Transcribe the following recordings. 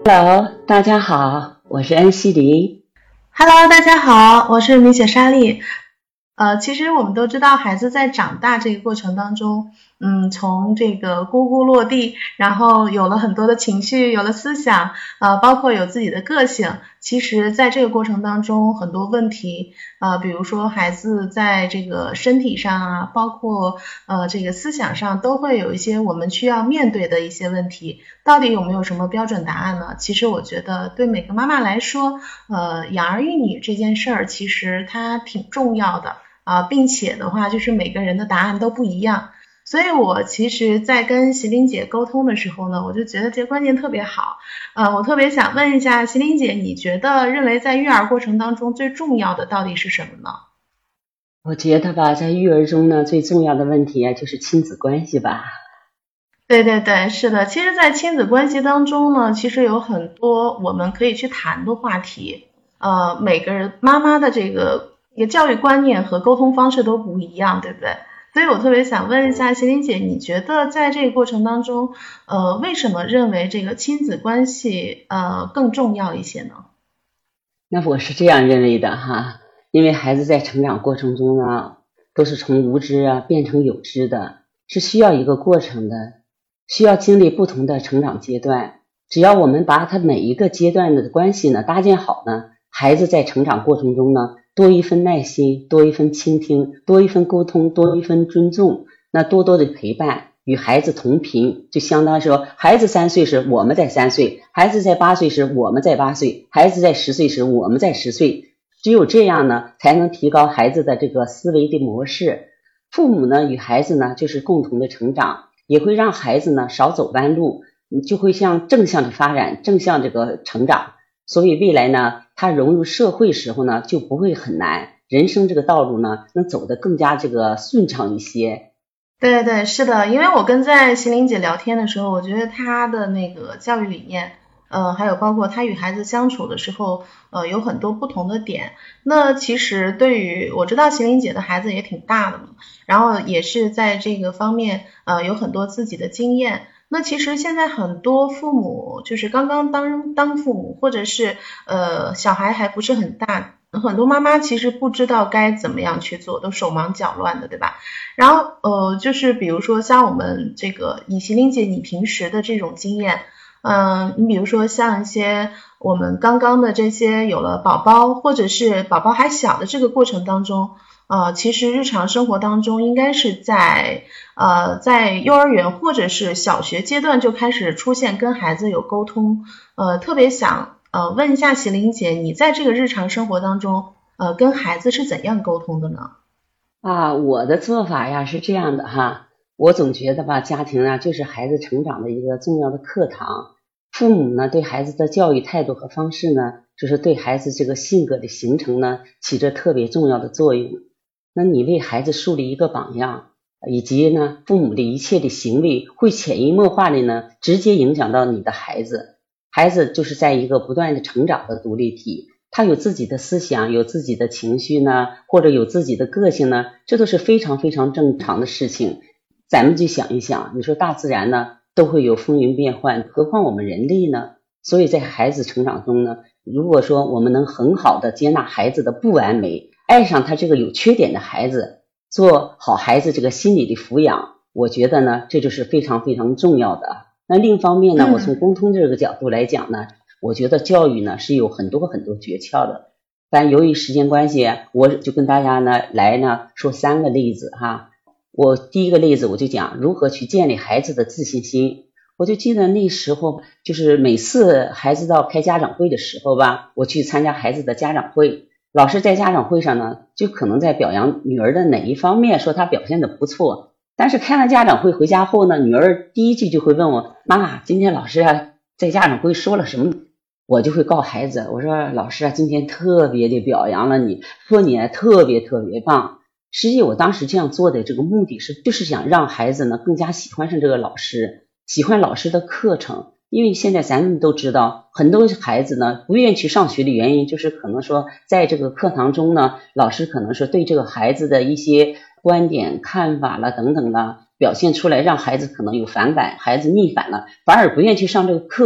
Hello，大家好，我是恩熙黎。 Hello，大家好，我是米雪莎莉。其实我们都知道，孩子在长大这个过程当中，从这个呱呱落地，然后有了很多的情绪，有了思想，包括有自己的个性。其实在这个过程当中，很多问题，比如说孩子在这个身体上啊，包括这个思想上，都会有一些我们需要面对的一些问题。到底有没有什么标准答案呢？其实我觉得对每个妈妈来说，养儿育女这件事儿，其实它挺重要的。并且的话，就是每个人的答案都不一样，所以我其实在跟席琳姐沟通的时候呢，我就觉得这个观念特别好。我特别想问一下席琳姐，你认为在育儿过程当中最重要的到底是什么呢？ 我觉得吧，在育儿中呢，最重要的问题就是亲子关系吧。 对对对，是的，其实在亲子关系当中呢，其实有很多我们可以去谈的话题。每个人妈妈的这个教育观念和沟通方式都不一样，对不对？所以我特别想问一下席琳姐，你觉得在这个过程当中，为什么认为这个亲子关系更重要一些呢？ 那我是这样认为的哈，因为孩子在成长过程中呢，都是从无知变成有知的，是需要一个过程的，需要经历不同的成长阶段。只要我们把他每一个阶段的关系呢搭建好呢，孩子在成长过程中呢，多一份耐心，多一份倾听，多一份沟通，多一份尊重，那多多的陪伴，与孩子同频，就相当于说，孩子3岁时我们在3岁，孩子在8岁时我们在8岁，孩子在10岁时我们在10岁。只有这样呢，才能提高孩子的这个思维的模式。父母呢与孩子呢就是共同的成长，也会让孩子呢少走弯路，就会向正向的发展，正向这个成长。所以未来呢，他融入社会时候呢就不会很难，人生这个道路呢能走得更加这个顺畅一些。 对对，是的，因为我跟席琳姐聊天的时候，我觉得她的那个教育理念，还有包括她与孩子相处的时候，有很多不同的点。那其实对于我知道席琳姐的孩子也挺大的嘛，然后也是在这个方面，有很多自己的经验。那其实现在很多父母就是刚刚当父母，或者是小孩还不是很大，很多妈妈其实不知道该怎么样去做，都手忙脚乱的，对吧？然后就是比如说像我们这个以席琳姐你平时的这种经验，你比如说像一些我们刚刚的这些有了宝宝，或者是宝宝还小的这个过程当中，其实日常生活当中应该是在幼儿园或者是小学阶段就开始出现跟孩子有沟通，特别想问一下席琳姐，你在这个日常生活当中跟孩子是怎样沟通的呢？ 我的做法呀是这样的哈，我总觉得吧，家庭啊就是孩子成长的一个重要的课堂。父母呢对孩子的教育态度和方式呢，就是对孩子这个性格的形成呢起着特别重要的作用。那你为孩子树立一个榜样，以及呢父母的一切的行为会潜移默化的呢直接影响到你的孩子。孩子就是在一个不断的成长的独立体，他有自己的思想，有自己的情绪呢，或者有自己的个性呢，这都是非常非常正常的事情。咱们就想一想，你说大自然呢都会有风云变幻，何况我们人类呢？所以在孩子成长中呢，如果说我们能很好的接纳孩子的不完美，爱上他这个有缺点的孩子，做好孩子这个心理的抚养，我觉得呢这就是非常非常重要的。那另一方面呢，我从沟通这个角度来讲呢，我觉得教育呢是有很多很多诀窍的，但由于时间关系，我就跟大家呢说3个例子哈。我第一个例子我就讲如何去建立孩子的自信心。我就记得那时候就是每次孩子到开家长会的时候吧，我去参加孩子的家长会，老师在家长会上呢就可能在表扬女儿的哪一方面，说她表现的不错。但是开完家长会回家后呢，女儿第一句就会问我，妈，今天老师在家长会说了什么？我就会告孩子，我说老师今天特别的表扬了你，说你特别特别棒。实际我当时这样做的这个目的就是想让孩子呢更加喜欢上这个老师，喜欢老师的课程。因为现在咱们都知道，很多孩子呢不愿意去上学的原因，就是可能说在这个课堂中呢，老师可能是对这个孩子的一些观点看法了等等了表现出来，让孩子可能有反感，孩子逆反了，反而不愿意去上这个课。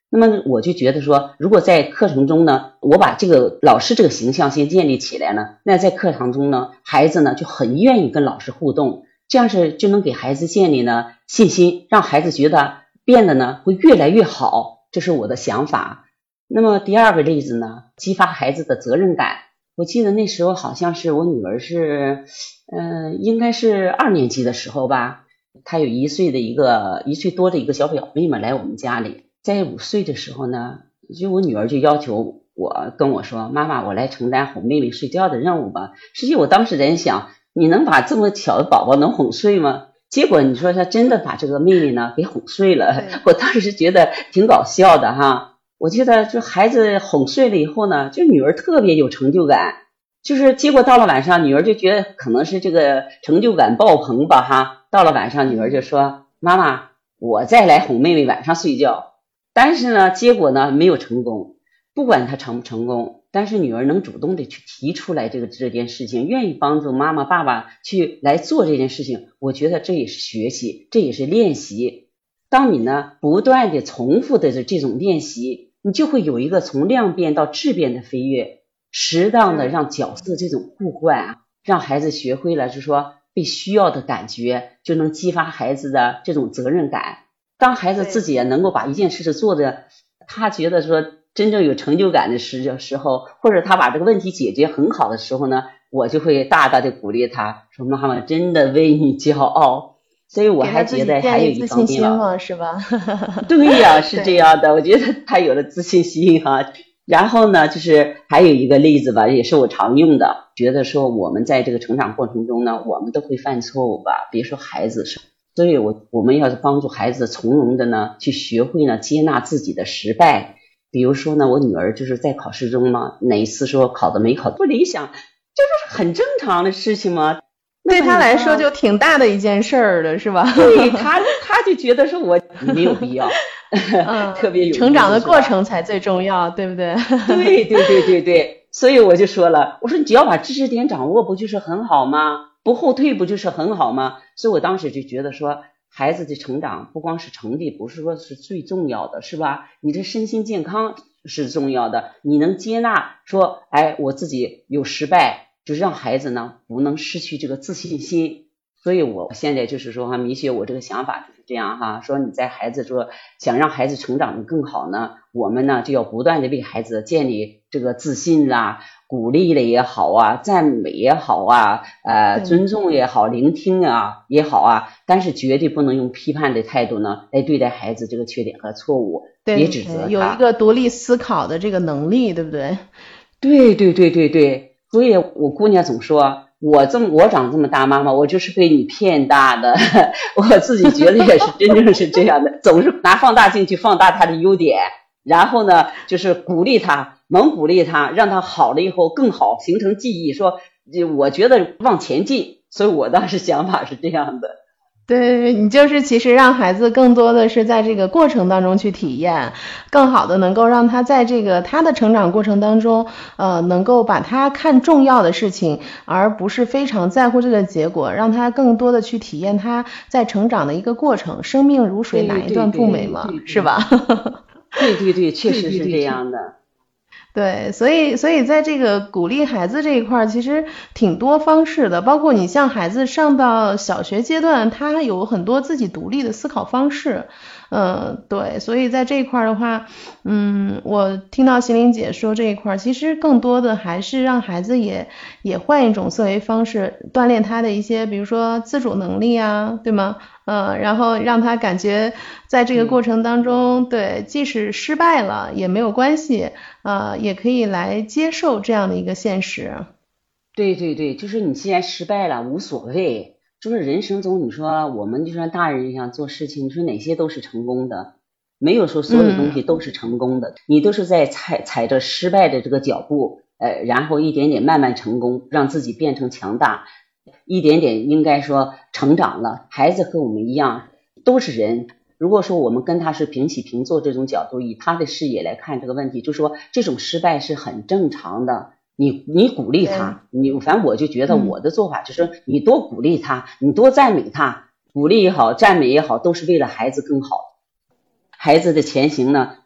那么我就觉得说，如果在课程中呢，我把这个老师这个形象先建立起来了，那在课堂中呢，孩子呢就很愿意跟老师互动，这样是就能给孩子建立呢信心，让孩子觉得变得呢会越来越好，这是我的想法。那么第二个例子呢，激发孩子的责任感。我记得那时候好像是我女儿是应该是2年级的时候吧，她有1岁多的一个小表妹妹来我们家里。在5岁的时候呢，就我女儿就要求跟我说，妈妈，我来承担哄妹妹睡觉的任务吧。实际我当时在想，你能把这么小的宝宝能哄睡吗？结果你说她真的把这个妹妹呢给哄睡了，我当时觉得挺搞笑的哈。我觉得就孩子哄睡了以后呢，就女儿特别有成就感，就是结果到了晚上，女儿就觉得可能是这个成就感爆棚吧哈。到了晚上，女儿就说，妈妈，我再来哄妹妹晚上睡觉。但是呢，结果呢没有成功。不管她成不成功，但是女儿能主动的去提出来这件事情，愿意帮助妈妈爸爸去来做这件事情，我觉得这也是学习，这也是练习。当你呢不断的重复的这种练习，你就会有一个从量变到质变的飞跃，适当的让角色这种互换让孩子学会了就是说被需要的感觉，就能激发孩子的这种责任感。当孩子自己也能够把一件事情做的，他觉得说真正有成就感的时候，或者他把这个问题解决很好的时候呢，我就会大大的鼓励他，说妈妈真的为你骄傲。所以我还觉得还有一方面了，是吧？ 对呀，是这样的，我觉得他有了自信心哈。然后呢，就是还有一个例子吧，也是我常用的，觉得说我们在这个成长过程中呢，我们都会犯错误吧，别说孩子，所以我们要帮助孩子从容的呢去学会呢接纳自己的失败。比如说呢，我女儿就是在考试中嘛，哪一次说考的没考不理想，这就是很正常的事情嘛。 对他来说就挺大的一件事儿的，是吧？ 对他就觉得说我没有必要，特别有成长的过程才最重要，对不对？ 对，所以我就说了，我说你只要把知识点掌握，不就是很好吗？不后退不就是很好吗？所以我当时就觉得说，孩子的成长不光是成绩，不是说是最重要的，是吧？你的身心健康是重要的，你能接纳说，哎，我自己有失败，就让孩子呢不能失去这个自信心。所以我现在就是说米雪，我这个想法就是这样哈，说你在孩子说想让孩子成长的更好呢，我们呢就要不断的为孩子建立这个自信啦，鼓励了也好啊，赞美也好啊，尊重也好，聆听也好啊，但是绝对不能用批判的态度呢来对待孩子这个缺点和错误，别指责他， 有一个独立思考的这个能力，对不对？ 对，所以我姑娘总说我长这么大，妈妈我就是被你骗大的我自己觉得也是真正是这样的总是拿放大镜去放大他的优点，然后呢就是鼓励他，猛鼓励他，让他好了以后更好，形成记忆，说我觉得往前进。所以我当时想法是这样的。 对，你就是其实让孩子更多的是在这个过程当中去体验，更好的能够让他在这个他的成长过程当中能够把他看重要的事情，而不是非常在乎这个结果，让他更多的去体验他在成长的一个过程。生命如水，哪一段不美嘛，是吧？ 对，确实是这样的。 对，所以在这个鼓励孩子这一块其实挺多方式的，包括你像孩子上到小学阶段，他有很多自己独立的思考方式。对，所以在这一块的话，我听到邢玲姐说这一块，其实更多的还是让孩子也换一种思维方式，锻炼他的一些比如说自主能力啊，对吗？然后让他感觉在这个过程当中，对，即使失败了也没有关系，也可以来接受这样的一个现实。 对，就是你既然失败了无所谓。就是人生中你说我们就像大人一样做事情，你说哪些都是成功的，没有说所有东西都是成功的，你都是在踩着失败的这个脚步，然后一点点慢慢成功，让自己变成强大，一点点应该说成长了。孩子和我们一样都是人，如果说我们跟他是平起平坐这种角度，以他的视野来看这个问题，就说这种失败是很正常的。你鼓励他，反正我就觉得我的做法就是你多鼓励他，你多赞美他，鼓励也好，赞美也好，都是为了孩子更好。孩子的前行呢，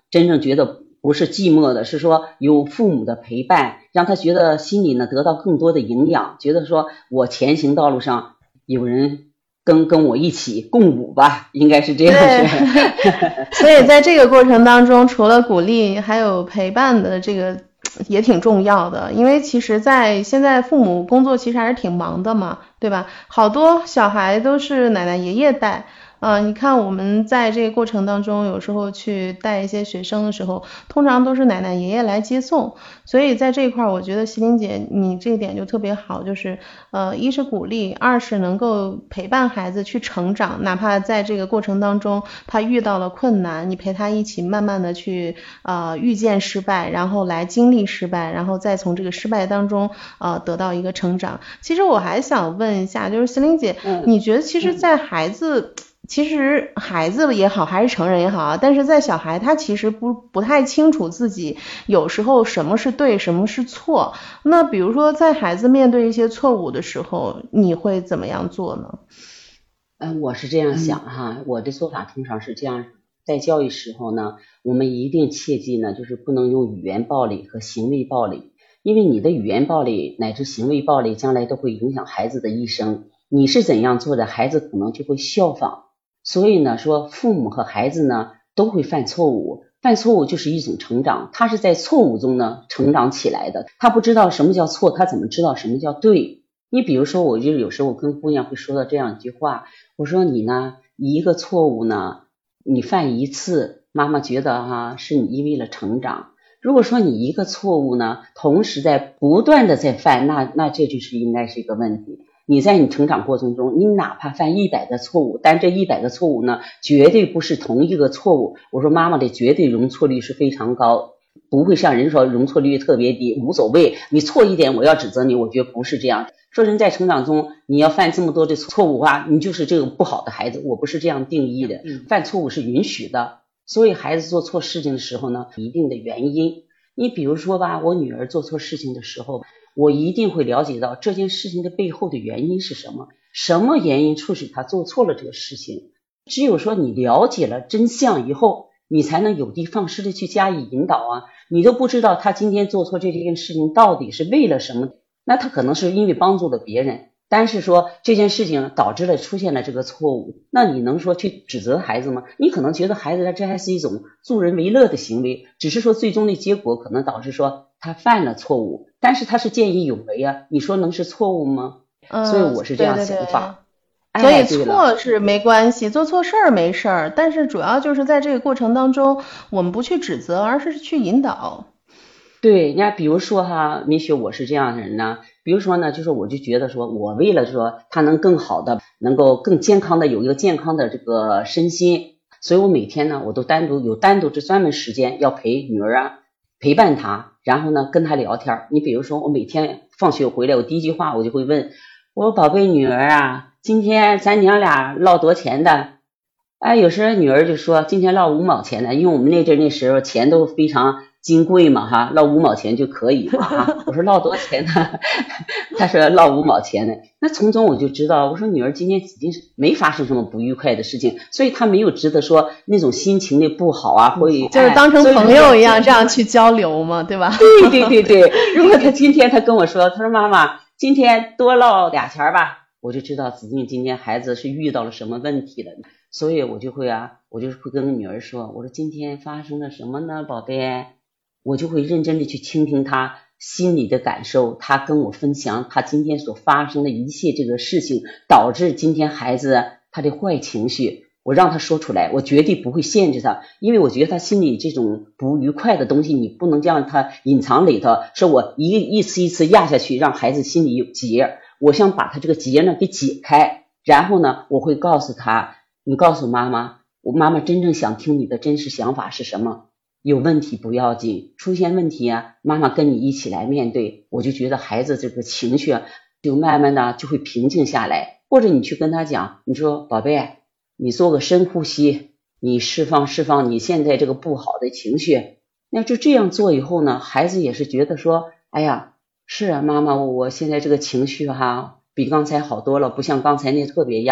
真正觉得不是寂寞的，是说有父母的陪伴，让他觉得心里呢得到更多的营养，觉得说我前行道路上有人跟我一起共舞吧，应该是这样的。所以在这个过程当中，除了鼓励，还有陪伴的这个也挺重要的。因为其实在现在父母工作其实还是挺忙的嘛，对吧？好多小孩都是奶奶爷爷带。你看我们在这个过程当中，有时候去带一些学生的时候，通常都是奶奶爷爷来接送。所以在这一块我觉得席琳姐你这一点就特别好，就是一是鼓励，二是能够陪伴孩子去成长，哪怕在这个过程当中他遇到了困难，你陪他一起慢慢的去遇见失败，然后来经历失败，然后再从这个失败当中得到一个成长。其实我还想问一下，就是席琳姐，你觉得其实在孩子其实孩子也好还是成人也好但是在小孩他其实不太清楚自己有时候什么是对什么是错。那比如说在孩子面对一些错误的时候，你会怎么样做呢？ 我是这样想哈，我的做法通常是这样，在教育时候呢，我们一定切记呢，就是不能用语言暴力和行为暴力，因为你的语言暴力乃至行为暴力将来都会影响孩子的一生，你是怎样做的，孩子可能就会效仿。所以呢，说父母和孩子呢都会犯错误，犯错误就是一种成长，他是在错误中呢成长起来的，他不知道什么叫错，他怎么知道什么叫对？你比如说，我就有时候我跟姑娘会说到这样一句话，我说你呢一个错误呢你犯一次，妈妈觉得是你因为了成长，如果说你一个错误呢同时在不断的在犯，那这就是应该是一个问题。你在你成长过程中，你哪怕犯100个错误，但这100个错误呢绝对不是同一个错误。我说妈妈的绝对容错率是非常高，不会像人说容错率特别低，无所谓，你错一点我要指责你，我觉得不是这样。说人在成长中你要犯这么多的错误你就是这个不好的孩子，我不是这样定义的，犯错误是允许的。所以孩子做错事情的时候呢，一定的原因。你比如说吧，我女儿做错事情的时候，我一定会了解到这件事情的背后的原因是什么，什么原因促使她做错了这个事情。只有说你了解了真相以后，你才能有的放矢的去加以引导你都不知道她今天做错这件事情到底是为了什么，那她可能是因为帮助了别人，但是说这件事情导致了出现了这个错误，那你能说去指责孩子吗？你可能觉得孩子这还是一种助人为乐的行为，只是说最终的结果可能导致说他犯了错误，但是他是见义勇为你说能是错误吗？所以我是这样想法。 所以错是没关系，做错事儿没事儿，但是主要就是在这个过程当中我们不去指责，而是去引导。 对，人家比如说米雪，我是这样的人呢，比如说呢，就是我就觉得说我为了说他能更好的能够更健康的有一个健康的这个身心，所以我每天呢我都单独这专门时间要陪女儿陪伴她，然后呢跟她聊天。你比如说我每天放学回来，我第一句话我就会问我说宝贝女儿今天咱娘俩唠多钱的？有时候女儿就说今天唠5毛钱的，因为我们那时候钱都非常金贵嘛唠5毛钱就可以嘛我说唠多少钱呢？他说唠5毛钱的。那从中我就知道，我说女儿今天已经是没发生什么不愉快的事情，所以她没有值得说那种心情的不好会就是当成朋友一样这样去交流嘛，对吧？ 对。如果今天他跟我说，他说妈妈今天多唠2钱吧，我就知道子静今天孩子是遇到了什么问题了，所以我就会跟女儿说，我说今天发生了什么呢宝贝，我就会认真的去倾听他心里的感受，他跟我分享他今天所发生的一切这个事情导致今天孩子他的坏情绪，我让他说出来，我绝对不会限制他，因为我觉得他心里这种不愉快的东西你不能让他隐藏里头，说我一次一次压下去让孩子心里有结，我想把他这个结呢给解开，然后呢我会告诉他，你告诉妈妈，我妈妈真正想听你的真实想法是什么，有问题不要紧，出现问题妈妈跟你一起来面对，我就觉得孩子这个情绪就慢慢的就会平静下来。或者你去跟他讲，你说宝贝，你做个深呼吸，你释放你现在这个不好的情绪，那就这样做以后呢，孩子也是觉得说，哎呀，是妈妈，我现在这个情绪比刚才好多了，不像刚才那特别压抑，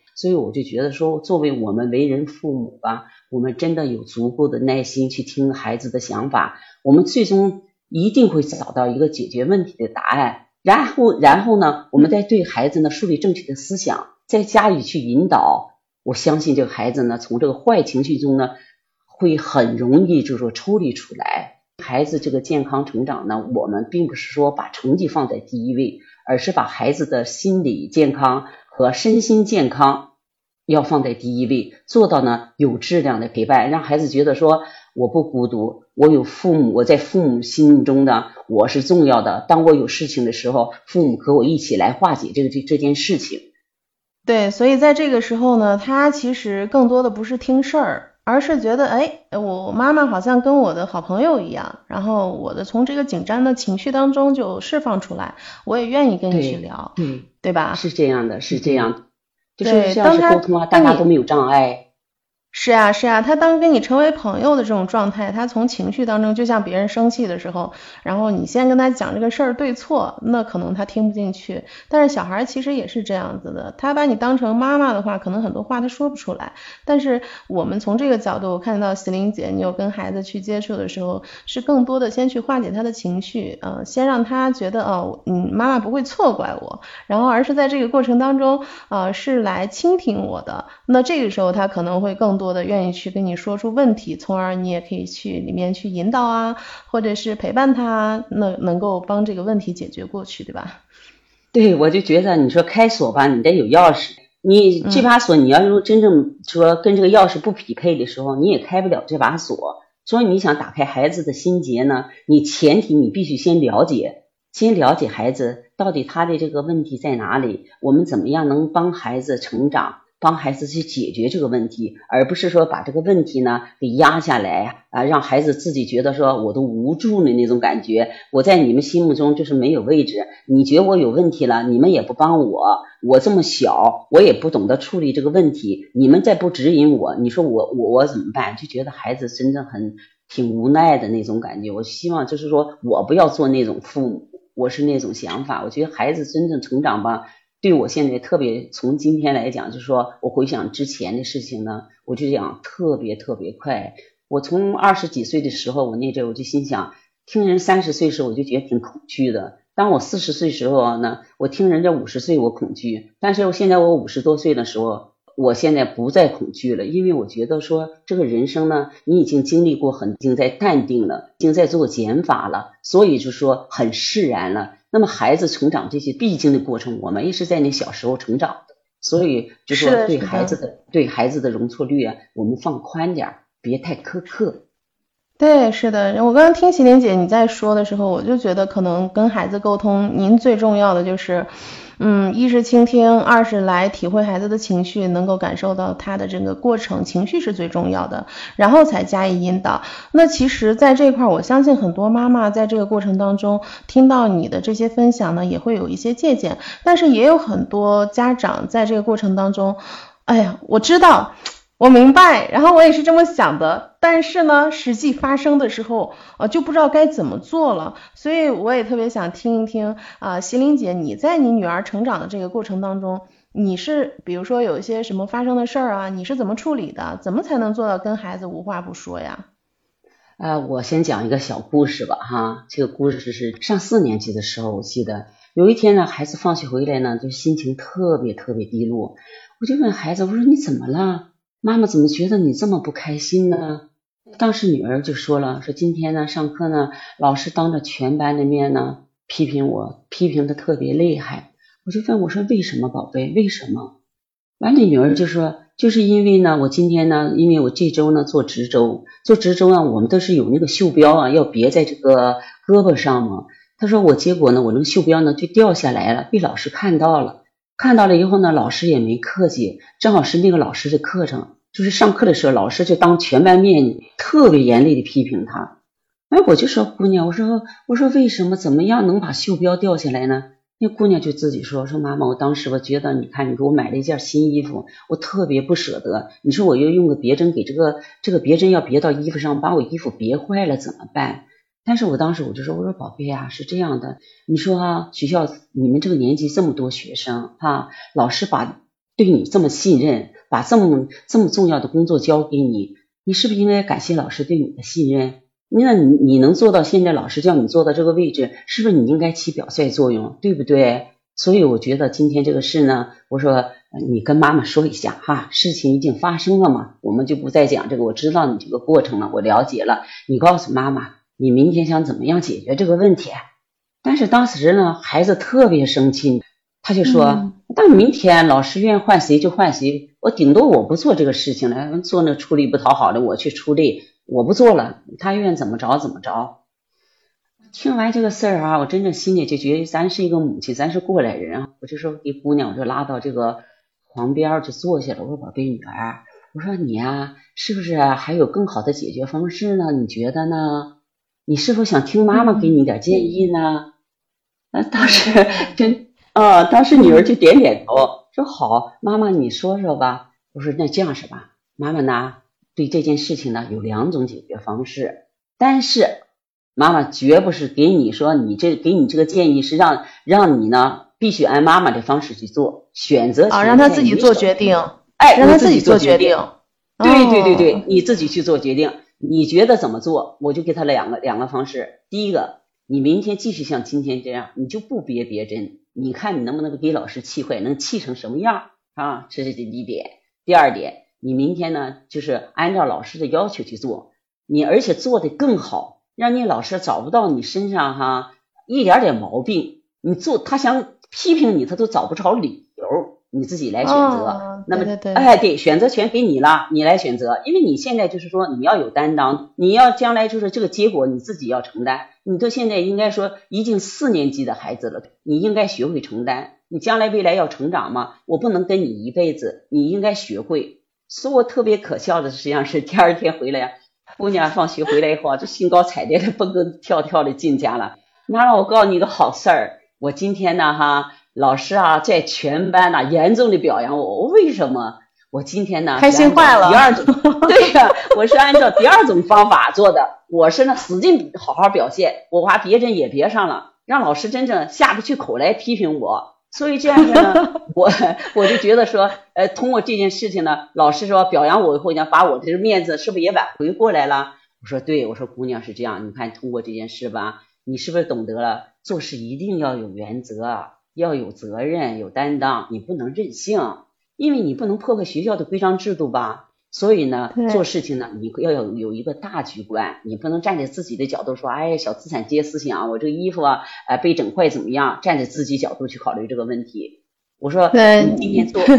所以我就觉得说，作为我们为人父母吧，我们真的有足够的耐心去听孩子的想法，我们最终一定会找到一个解决问题的答案。然后呢，我们再对孩子呢树立正确的思想，再加以去引导。我相信这个孩子呢，从这个坏情绪中呢，会很容易就是说抽离出来。孩子这个健康成长呢，我们并不是说把成绩放在第一位，而是把孩子的心理健康和身心健康要放在第一位，做到呢有质量的陪伴，让孩子觉得说我不孤独，我有父母，我在父母心目中呢我是重要的，当我有事情的时候，父母和我一起来化解这件事情。 对，所以在这个时候呢，他其实更多的不是听事儿，而是觉得我妈妈好像跟我的好朋友一样，然后我的从这个紧张的情绪当中就释放出来，我也愿意跟你去聊，对吧？ 是这样的，是这样的，就是这样是沟通啊，大家都没有障碍。 是啊，他当跟你成为朋友的这种状态，他从情绪当中，就像别人生气的时候，然后你先跟他讲这个事儿对错，那可能他听不进去。但是小孩其实也是这样子的，他把你当成妈妈的话，可能很多话他说不出来。但是我们从这个角度，我看到席琳姐，你有跟孩子去接触的时候，是更多的先去化解他的情绪，先让他觉得妈妈不会错怪我，然后而是在这个过程当中，是来倾听我的。那这个时候他可能会更多的愿意去跟你说出问题，从而你也可以去里面去引导啊，或者是陪伴他，那能够帮这个问题解决过去，对吧？ 对，我就觉得你说开锁吧，你得有钥匙，你这把锁你要是真正说跟这个钥匙不匹配的时候，你也开不了这把锁。所以你想打开孩子的心结呢，你前提你必须先了解孩子到底他的这个问题在哪里，我们怎么样能帮孩子成长，帮孩子去解决这个问题，而不是说把这个问题呢给压下来啊，让孩子自己觉得说我都无助的那种感觉，我在你们心目中就是没有位置，你觉得我有问题了，你们也不帮我这么小，我也不懂得处理这个问题，你们再不指引我，你说我怎么办？就觉得孩子真的挺无奈的那种感觉。我希望就是说我不要做那种父母，我是那种想法。我觉得孩子真正成长吧，对我现在特别从今天来讲，就是说我回想之前的事情呢，我就讲特别快。我从20几岁的时候，我那阵我就心想，听人30岁的时候我就觉得挺恐惧的。当我40岁的时候呢，我听人家50岁我恐惧，但是现在我50多岁的时候，我现在不再恐惧了，因为我觉得说这个人生呢，你已经经历过已经在淡定了，已经在做减法了，所以就说很释然了。那么孩子成长这些必经的过程，我们也是在那小时候成长的，所以就说对孩子的容错率啊，我们放宽点，别太苛刻。 对，是的，我刚刚听席琳姐你在说的时候，我就觉得可能跟孩子沟通，您最重要的就是一是倾听，二是来体会孩子的情绪，能够感受到他的这个过程，情绪是最重要的，然后才加以引导。那其实在这块，我相信很多妈妈在这个过程当中听到你的这些分享呢，也会有一些借鉴，但是也有很多家长在这个过程当中，我知道我明白，然后我也是这么想的，但是呢实际发生的时候就不知道该怎么做了。所以我也特别想听一听席琳姐，你在你女儿成长的这个过程当中，你是比如说有一些什么发生的事儿啊，你是怎么处理的，怎么才能做到跟孩子无话不说呀？ 我先讲一个小故事吧哈。这个故事是上4年级的时候，我记得有一天呢，孩子放学回来呢，就心情特别低落，我就问孩子，我说你怎么了？妈妈怎么觉得你这么不开心呢？当时女儿就说了，说今天呢上课呢，老师当着全班的面呢批评的特别厉害。我就问我说为什么宝贝，为什么？完了女儿就说就是因为呢我今天呢，因为我这周呢做值周啊，我们都是有那个袖标啊要别在这个胳膊上嘛。她说我结果呢我那个袖标呢就掉下来了，被老师看到了以后呢，老师也没客气，正好是那个老师的课程，就是上课的时候，老师就当全班面特别严厉的批评他。我就说姑娘，我说为什么怎么样能把袖标掉下来呢？那姑娘就自己说妈妈，我当时我觉得你看你给我买了一件新衣服，我特别不舍得，你说我又用个别针给这个别针要别到衣服上，把我衣服别坏了怎么办？但是我当时我就说，我说宝贝啊，是这样的，你说学校你们这个年级这么多学生老师把对你这么信任，把这么重要的工作交给你，你是不是应该感谢老师对你的信任？那你能做到现在老师叫你做到这个位置，是不是你应该起表率作用，对不对？所以我觉得今天这个事呢，我说你跟妈妈说一下哈，事情已经发生了嘛，我们就不再讲这个，我知道你这个过程了，我了解了，你告诉妈妈你明天想怎么样解决这个问题。但是当时呢，孩子特别生气，他就说但明天老师愿换谁就换谁，我顶多我不做这个事情了，做那出力不讨好的我去出力，我不做了，他愿怎么着怎么着。听完这个事儿啊，我真正心里就觉得咱是一个母亲，咱是过来人啊。我就说给姑娘，我就拉到这个旁边就坐下了，我说宝贝女儿，我说你啊，是不是还有更好的解决方式呢？你觉得呢？你是否想听妈妈给你点建议呢？当时女儿就点点头，说好，妈妈你说说吧。我说那这样是吧，妈妈呢对这件事情呢有2种解决方式，但是妈妈绝不是给你说给你这个建议是让你呢必须按妈妈的方式去做，选择让他自己做决定，让他自己做决定。 对，你自己去做决定，你觉得怎么做，我就给他两个方式。第一个，你明天继续像今天这样，你就不别针，你看你能不能给老师气坏，能气成什么样啊？这是第一点。第二点，你明天呢就是按照老师的要求去做，你而且做得更好，让你老师找不到你身上一点毛病，他想批评你他都找不着理由，你自己来选择。那么对，选择权给你了，你来选择。因为你现在就是说你要有担当，你要将来就是这个结果你自己要承担。你都现在应该说已经4年级的孩子了，你应该学会承担。你将来未来要成长嘛，我不能跟你一辈子，你应该学会。所以我特别可笑的实际上是第2天回来，姑娘放学回来以后就兴高采烈的蹦蹦跳跳的进家了。妈妈，我告诉你个好事儿，我今天呢老师在全班严重的表扬我。为什么？我今天呢开心坏了。 第2种对呀，我是按照第2种方法做的，我是呢使劲好好表现，我把别人也别上了，让老师真正下不去口来批评我。所以这样呢我就觉得说通过这件事情呢，老师说表扬我以后呢，把我的面子是不是也挽回过来了？我说对，我说姑娘是这样，你看通过这件事吧，你是不是懂得了做事一定要有原则，要有责任，有担当，你不能任性，因为你不能破坏学校的规章制度吧。所以呢做事情呢你要有一个大局观，你不能站在自己的角度说小资产阶级思想，我这个衣服被整坏怎么样，站在自己角度去考虑这个问题。我说你今天做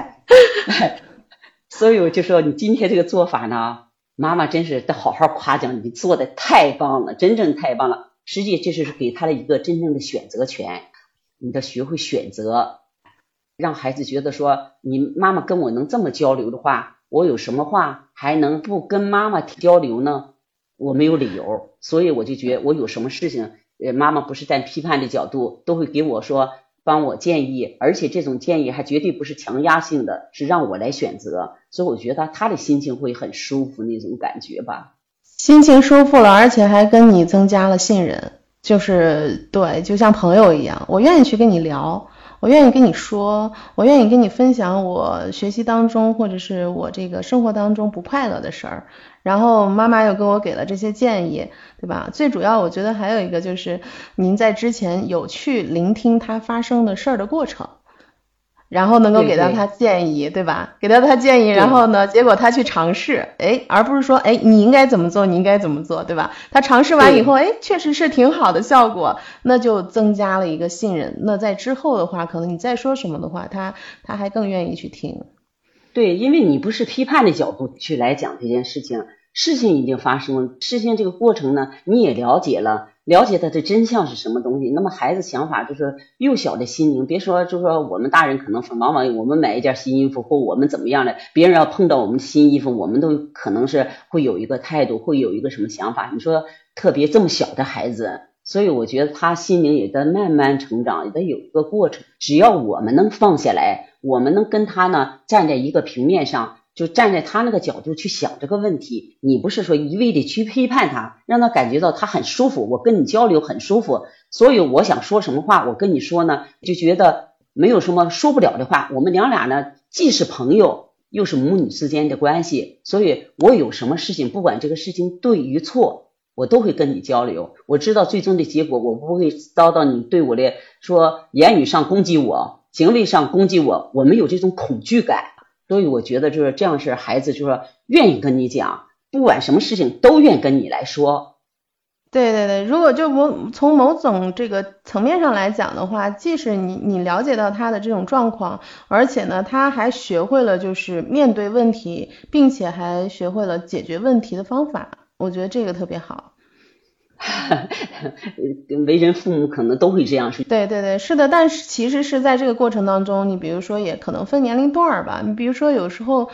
所以我就说你今天这个做法呢，妈妈真是得好好夸奖你，做的太棒了，真正太棒了。实际这是给他的一个真正的选择权，你得学会选择，让孩子觉得说你妈妈跟我能这么交流的话，我有什么话还能不跟妈妈交流呢？我没有理由。所以我就觉得我有什么事情妈妈不是站批判的角度，都会给我说帮我建议，而且这种建议还绝对不是强压性的，是让我来选择。所以我觉得他的心情会很舒服，那种感觉吧， 心情舒服了，而且还跟你增加了信任，就是对，就像朋友一样，我愿意去跟你聊，我愿意跟你说，我愿意跟你分享我学习当中或者是我这个生活当中不快乐的事儿，然后妈妈又给我给了这些建议，对吧？最主要我觉得还有一个就是您在之前有去聆听他发生的事儿的过程，然后能够给到他建议， 对吧？给到他建议，然后呢结果他去尝试，而不是说你应该怎么做，你应该怎么做，对吧？他尝试完以后确实是挺好的效果，那就增加了一个信任。那在之后的话，可能你再说什么的话，他还更愿意去听。 对，因为你不是批判的角度去来讲这件事情，事情已经发生了，事情这个过程呢你也了解了，了解它的真相是什么东西。那么孩子想法就是幼小的心灵，别说就说我们大人可能往往我们买一件新衣服或我们怎么样的，别人要碰到我们新衣服，我们都可能是会有一个态度，会有一个什么想法。你说特别这么小的孩子，所以我觉得他心灵也得慢慢成长，也得有一个过程。只要我们能放下来，我们能跟他呢站在一个平面上，就站在他那个角度去想这个问题，你不是说一味的去批判他，让他感觉到他很舒服，我跟你交流很舒服，所以我想说什么话我跟你说呢，就觉得没有什么说不了的话，我们娘俩呢既是朋友又是母女之间的关系，所以我有什么事情，不管这个事情对与错，我都会跟你交流。我知道最终的结果，我不会遭到你对我的说言语上攻击我，行为上攻击我，我没有这种恐惧感。所以我觉得就是这样，是孩子就是愿意跟你讲，不管什么事情都愿意跟你来说。 对对对，如果就从某种这个层面上来讲的话，即使你了解到他的这种状况，而且呢他还学会了就是面对问题，并且还学会了解决问题的方法，我觉得这个特别好。 为人父母可能都会这样说。 对对对，是的，但是其实是在这个过程当中，你比如说也可能分年龄段吧，你比如说有时候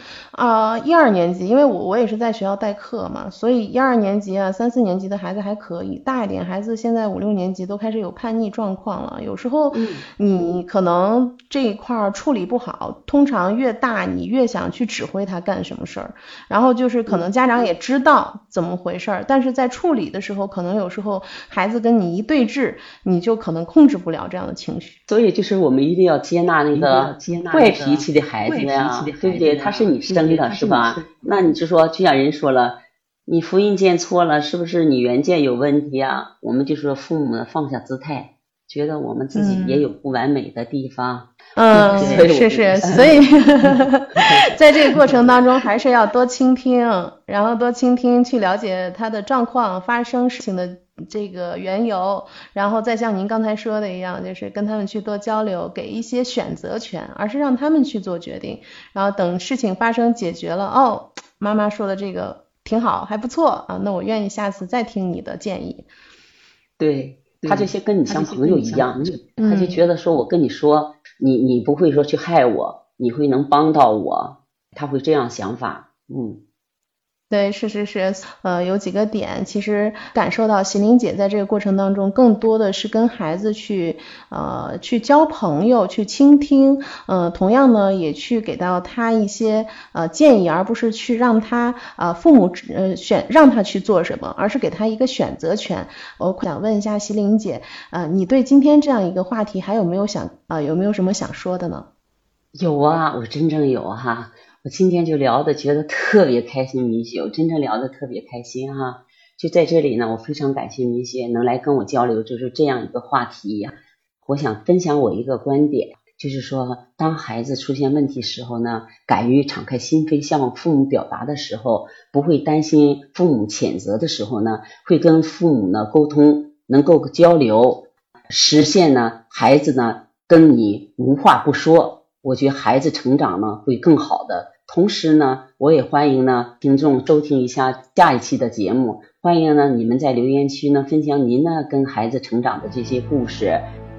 1、2年级，因为我也是在学校代课嘛，所以1、2年级啊3、4年级的孩子还可以，大一点孩子现在5、6年级都开始有叛逆状况了，有时候你可能这一块处理不好，通常越大你越想去指挥他干什么事儿，然后就是可能家长也知道怎么回事儿，但是在处理的时候可能有时候孩子跟你一对峙，你就可能控制不了这样的情绪。 所以就是我们一定要接纳那个坏脾气的孩子呀，对不对？他是你生的，是吧？那你就说，就像人说了，你复印件错了，是不是你原件有问题啊？我们就说父母呢放下姿态，觉得我们自己也有不完美的地方。 是，所以在这个过程当中还是要多倾听，然后多倾听去了解他的状况，发生事情的这个缘由，然后再像您刚才说的一样，就是跟他们去多交流，给一些选择权，而是让他们去做决定，然后等事情发生解决了，妈妈说的这个挺好，还不错啊，那我愿意下次再听你的建议。 对，他就像跟你像朋友一样，他就觉得说我跟你说，你不会说去害我，你会能帮到我，他会这样想法。 对，是，有几个点，其实感受到席琳姐在这个过程当中，更多的是跟孩子去交朋友，去倾听，同样呢，也去给到他一些建议，而不是去让他父母让他去做什么，而是给他一个选择权。我想问一下席琳姐，你对今天这样一个话题还有没有什么想说的呢？ 有啊，我真正有哈。我今天就聊的觉得特别开心，米雪，我真正聊的特别开心哈。就在这里呢，我非常感谢米雪能来跟我交流，就是这样一个话题。我想分享我一个观点，就是说当孩子出现问题时候呢，敢于敞开心扉向父母表达的时候，不会担心父母谴责的时候呢，会跟父母呢沟通，能够交流，实现呢孩子呢跟你无话不说，我觉得孩子成长呢会更好的。同时呢，我也欢迎呢听众收听一下下一期的节目，欢迎呢你们在留言区呢分享您呢跟孩子成长的这些故事，